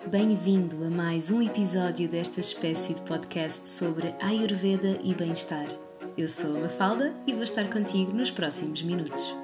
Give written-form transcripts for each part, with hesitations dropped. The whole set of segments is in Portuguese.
Bem-vindo a mais um episódio desta espécie de podcast sobre Ayurveda e bem-estar. Eu sou a Mafalda e vou estar contigo nos próximos minutos.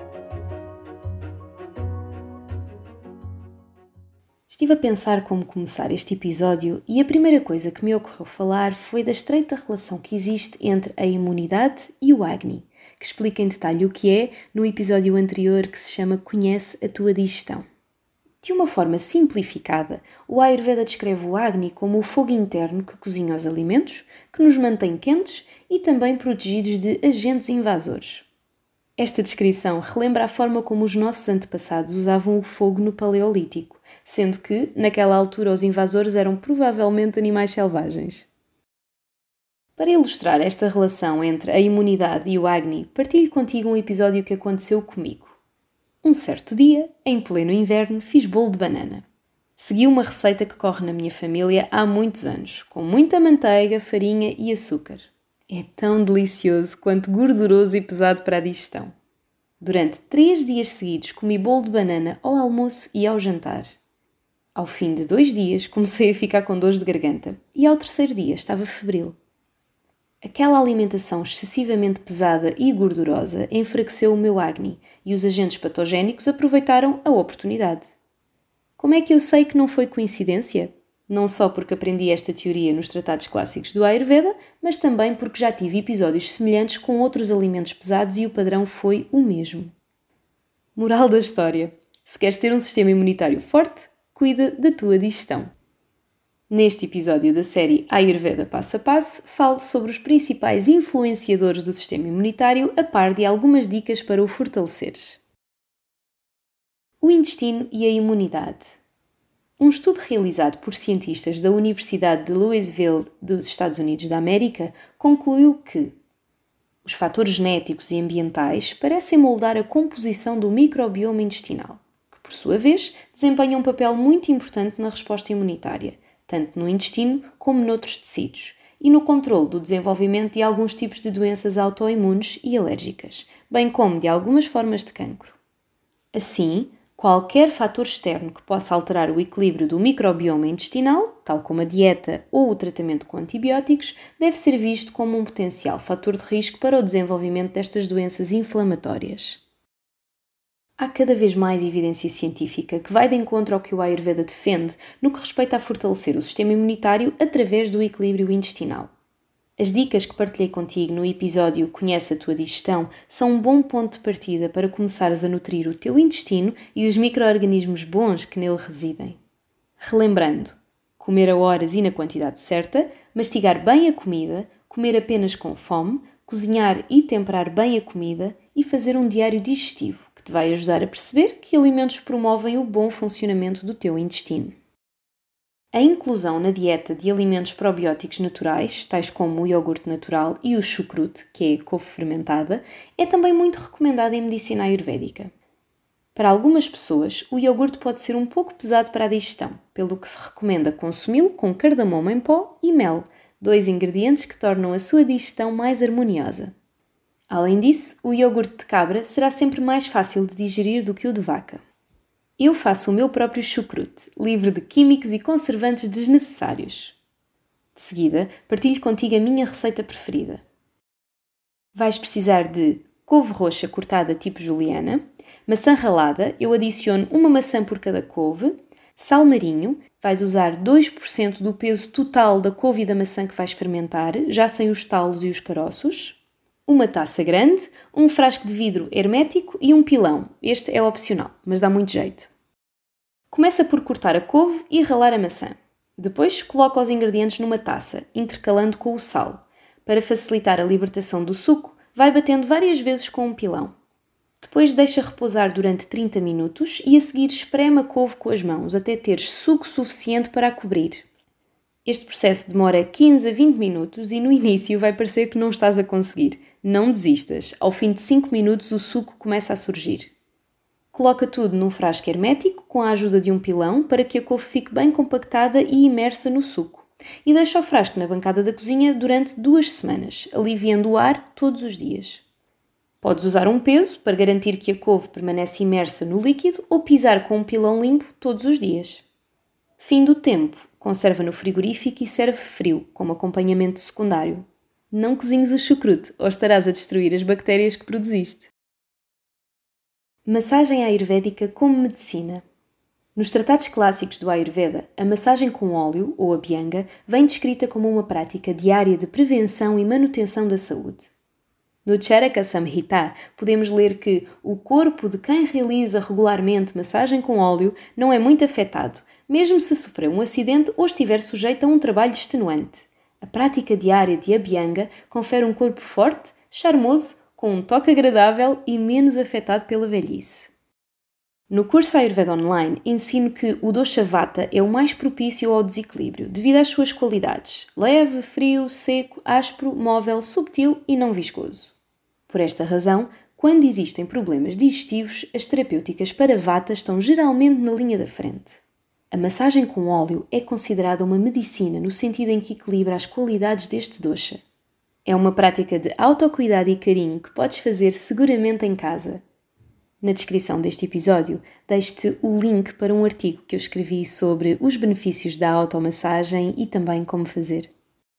Estive a pensar como começar este episódio e a primeira coisa que me ocorreu falar foi da estreita relação que existe entre a imunidade e o Agni, que explica em detalhe o que é no episódio anterior que se chama Conhece a tua digestão. De uma forma simplificada, o Ayurveda descreve o Agni como o fogo interno que cozinha os alimentos, que nos mantém quentes e também protegidos de agentes invasores. Esta descrição relembra a forma como os nossos antepassados usavam o fogo no Paleolítico, sendo que, naquela altura, os invasores eram provavelmente animais selvagens. Para ilustrar esta relação entre a imunidade e o Agni, partilho contigo um episódio que aconteceu comigo. Um certo dia, em pleno inverno, fiz bolo de banana. Segui uma receita que corre na minha família há muitos anos, com muita manteiga, farinha e açúcar. É tão delicioso quanto gorduroso e pesado para a digestão. Durante 3 dias seguidos comi bolo de banana ao almoço e ao jantar. Ao fim de 2 dias comecei a ficar com dores de garganta e ao terceiro dia estava febril. Aquela alimentação excessivamente pesada e gordurosa enfraqueceu o meu Agni e os agentes patogénicos aproveitaram a oportunidade. Como é que eu sei que não foi coincidência? Não só porque aprendi esta teoria nos tratados clássicos do Ayurveda, mas também porque já tive episódios semelhantes com outros alimentos pesados e o padrão foi o mesmo. Moral da história: se queres ter um sistema imunitário forte, cuida da tua digestão. Neste episódio da série Ayurveda Passo a Passo, falo sobre os principais influenciadores do sistema imunitário, a par de algumas dicas para o fortaleceres. O intestino e a imunidade. Um estudo realizado por cientistas da Universidade de Louisville, dos Estados Unidos da América, concluiu que os fatores genéticos e ambientais parecem moldar a composição do microbioma intestinal, que, por sua vez, desempenha um papel muito importante na resposta imunitária, tanto no intestino como noutros tecidos, e no controle do desenvolvimento de alguns tipos de doenças autoimunes e alérgicas, bem como de algumas formas de cancro. Assim, qualquer fator externo que possa alterar o equilíbrio do microbioma intestinal, tal como a dieta ou o tratamento com antibióticos, deve ser visto como um potencial fator de risco para o desenvolvimento destas doenças inflamatórias. Há cada vez mais evidência científica que vai de encontro ao que o Ayurveda defende no que respeita a fortalecer o sistema imunitário através do equilíbrio intestinal. As dicas que partilhei contigo no episódio Conhece a tua digestão são um bom ponto de partida para começares a nutrir o teu intestino e os micro-organismos bons que nele residem. Relembrando, comer a horas e na quantidade certa, mastigar bem a comida, comer apenas com fome, cozinhar e temperar bem a comida e fazer um diário digestivo, que te vai ajudar a perceber que alimentos promovem o bom funcionamento do teu intestino. A inclusão na dieta de alimentos probióticos naturais, tais como o iogurte natural e o chucrute, que é couve fermentada, é também muito recomendada em medicina ayurvédica. Para algumas pessoas, o iogurte pode ser um pouco pesado para a digestão, pelo que se recomenda consumi-lo com cardamomo em pó e mel, 2 ingredientes que tornam a sua digestão mais harmoniosa. Além disso, o iogurte de cabra será sempre mais fácil de digerir do que o de vaca. Eu faço o meu próprio chucrute, livre de químicos e conservantes desnecessários. De seguida, partilho contigo a minha receita preferida. Vais precisar de couve roxa cortada tipo juliana, maçã ralada, eu adiciono uma maçã por cada couve, sal marinho, vais usar 2% do peso total da couve e da maçã que vais fermentar, já sem os talos e os caroços, uma taça grande, um frasco de vidro hermético e um pilão. Este é opcional, mas dá muito jeito. Começa por cortar a couve e ralar a maçã. Depois coloca os ingredientes numa taça, intercalando com o sal. Para facilitar a libertação do suco, vai batendo várias vezes com um pilão. Depois deixa repousar durante 30 minutos e a seguir espreme a couve com as mãos até teres suco suficiente para a cobrir. Este processo demora 15 a 20 minutos e no início vai parecer que não estás a conseguir. Não desistas, ao fim de 5 minutos o suco começa a surgir. Coloca tudo num frasco hermético com a ajuda de um pilão para que a couve fique bem compactada e imersa no suco. E deixa o frasco na bancada da cozinha durante 2 semanas, aliviando o ar todos os dias. Podes usar um peso para garantir que a couve permanece imersa no líquido ou pisar com um pilão limpo todos os dias. Fim do tempo. Conserva no frigorífico e serve frio, como acompanhamento secundário. Não cozinhes o chucrute ou estarás a destruir as bactérias que produziste. Massagem ayurvédica como medicina. Nos tratados clássicos do Ayurveda, a massagem com óleo, ou abhyanga, vem descrita como uma prática diária de prevenção e manutenção da saúde. No Charaka Samhita, podemos ler que o corpo de quem realiza regularmente massagem com óleo não é muito afetado, mesmo se sofreu um acidente ou estiver sujeito a um trabalho extenuante. A prática diária de abhyanga confere um corpo forte, charmoso, com um toque agradável e menos afetado pela velhice. No curso Ayurveda Online, ensino que o dosha Vata é o mais propício ao desequilíbrio, devido às suas qualidades: leve, frio, seco, áspero, móvel, subtil e não viscoso. Por esta razão, quando existem problemas digestivos, as terapêuticas para Vata estão geralmente na linha da frente. A massagem com óleo é considerada uma medicina no sentido em que equilibra as qualidades deste dosha. É uma prática de autocuidado e carinho que podes fazer seguramente em casa. Na descrição deste episódio, deixo-te o link para um artigo que eu escrevi sobre os benefícios da automassagem e também como fazer.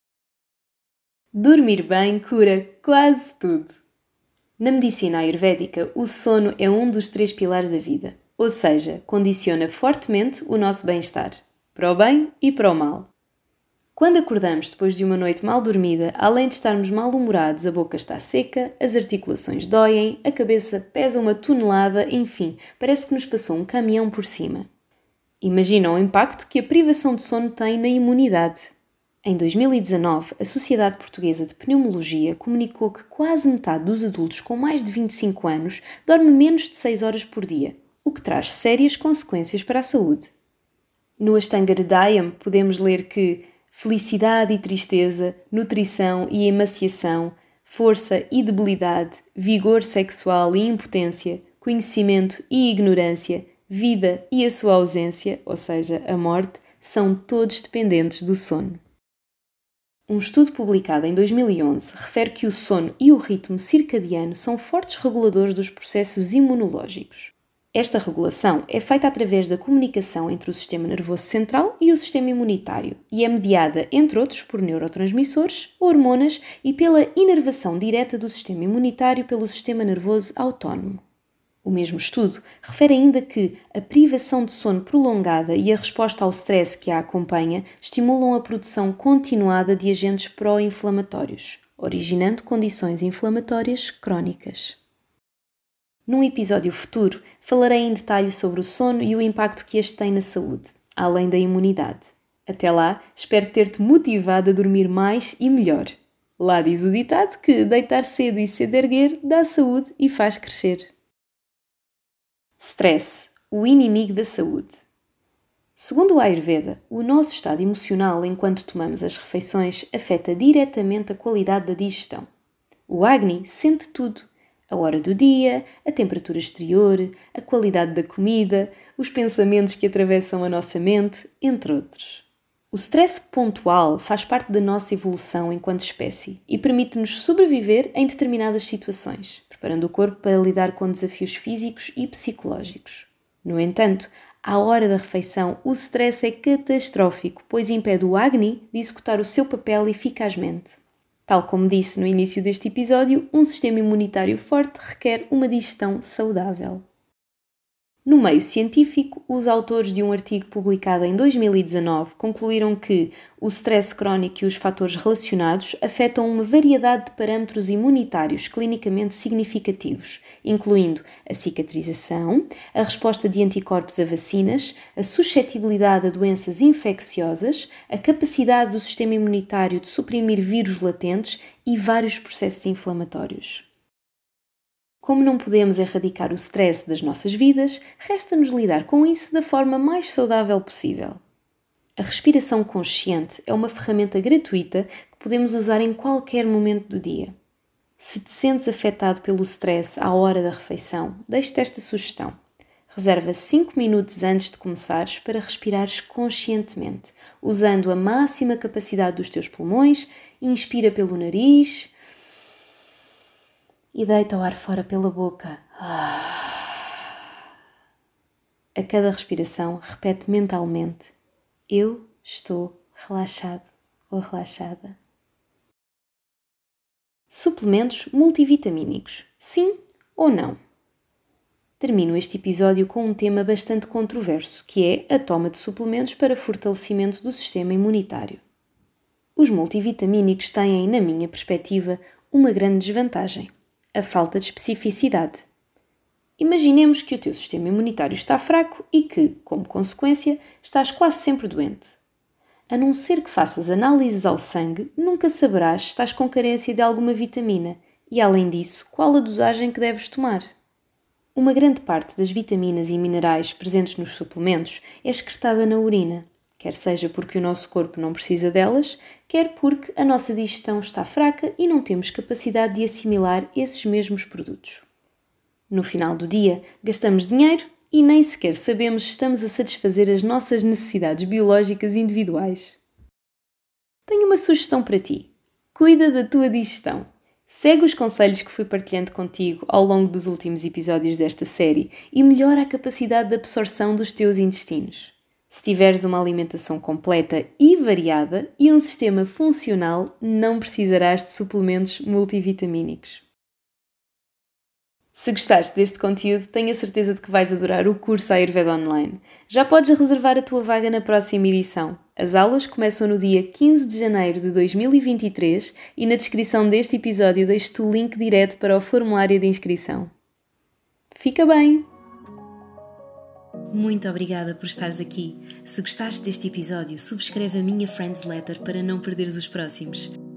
Dormir bem cura quase tudo. Na medicina ayurvédica, o sono é um dos 3 pilares da vida, ou seja, condiciona fortemente o nosso bem-estar, para o bem e para o mal. Quando acordamos depois de uma noite mal dormida, além de estarmos mal-humorados, a boca está seca, as articulações doem, a cabeça pesa 1 tonelada, enfim, parece que nos passou um caminhão por cima. Imagina o impacto que a privação de sono tem na imunidade. Em 2019, a Sociedade Portuguesa de Pneumologia comunicou que quase metade dos adultos com mais de 25 anos dorme menos de 6 horas por dia, o que traz sérias consequências para a saúde. No Ashtanga Hridayam podemos ler que felicidade e tristeza, nutrição e emaciação, força e debilidade, vigor sexual e impotência, conhecimento e ignorância, vida e a sua ausência, ou seja, a morte, são todos dependentes do sono. Um estudo publicado em 2011 refere que o sono e o ritmo circadiano são fortes reguladores dos processos imunológicos. Esta regulação é feita através da comunicação entre o sistema nervoso central e o sistema imunitário e é mediada, entre outros, por neurotransmissores, hormonas e pela inervação direta do sistema imunitário pelo sistema nervoso autónomo. O mesmo estudo refere ainda que a privação de sono prolongada e a resposta ao stress que a acompanha estimulam a produção continuada de agentes pró-inflamatórios, originando condições inflamatórias crónicas. Num episódio futuro, falarei em detalhe sobre o sono e o impacto que este tem na saúde, além da imunidade. Até lá, espero ter-te motivado a dormir mais e melhor. Lá diz o ditado que deitar cedo e cedo erguer dá saúde e faz crescer. Stress, o inimigo da saúde. Segundo o Ayurveda, o nosso estado emocional enquanto tomamos as refeições afeta diretamente a qualidade da digestão. O Agni sente tudo: a hora do dia, a temperatura exterior, a qualidade da comida, os pensamentos que atravessam a nossa mente, entre outros. O stress pontual faz parte da nossa evolução enquanto espécie e permite-nos sobreviver em determinadas situações, preparando o corpo para lidar com desafios físicos e psicológicos. No entanto, à hora da refeição, o stress é catastrófico, pois impede o Agni de executar o seu papel eficazmente. Tal como disse no início deste episódio, um sistema imunitário forte requer uma digestão saudável. No meio científico, os autores de um artigo publicado em 2019 concluíram que o stress crónico e os fatores relacionados afetam uma variedade de parâmetros imunitários clinicamente significativos, incluindo a cicatrização, a resposta de anticorpos a vacinas, a suscetibilidade a doenças infecciosas, a capacidade do sistema imunitário de suprimir vírus latentes e vários processos inflamatórios. Como não podemos erradicar o stress das nossas vidas, resta-nos lidar com isso da forma mais saudável possível. A respiração consciente é uma ferramenta gratuita que podemos usar em qualquer momento do dia. Se te sentes afetado pelo stress à hora da refeição, deixo-te esta sugestão. Reserva 5 minutos antes de começares para respirares conscientemente, usando a máxima capacidade dos teus pulmões, inspira pelo nariz e deita o ar fora pela boca. A cada respiração, repete mentalmente: Eu estou relaxado ou relaxada. Suplementos multivitamínicos, sim ou não? Termino este episódio com um tema bastante controverso, que é a toma de suplementos para fortalecimento do sistema imunitário. Os multivitamínicos têm, na minha perspectiva, uma grande desvantagem: a falta de especificidade. Imaginemos que o teu sistema imunitário está fraco e que, como consequência, estás quase sempre doente. A não ser que faças análises ao sangue, nunca saberás se estás com carência de alguma vitamina e, além disso, qual a dosagem que deves tomar. Uma grande parte das vitaminas e minerais presentes nos suplementos é excretada na urina, quer seja porque o nosso corpo não precisa delas, quer porque a nossa digestão está fraca e não temos capacidade de assimilar esses mesmos produtos. No final do dia, gastamos dinheiro e nem sequer sabemos se estamos a satisfazer as nossas necessidades biológicas individuais. Tenho uma sugestão para ti. Cuida da tua digestão. Segue os conselhos que fui partilhando contigo ao longo dos últimos episódios desta série e melhora a capacidade de absorção dos teus intestinos. Se tiveres uma alimentação completa e variada e um sistema funcional, não precisarás de suplementos multivitamínicos. Se gostaste deste conteúdo, tenho a certeza de que vais adorar o curso Ayurveda Online. Já podes reservar a tua vaga na próxima edição. As aulas começam no dia 15 de janeiro de 2023 e na descrição deste episódio deixo-te o link direto para o formulário de inscrição. Fica bem! Muito obrigada por estares aqui. Se gostaste deste episódio, subscreve a minha Friends Letter para não perderes os próximos.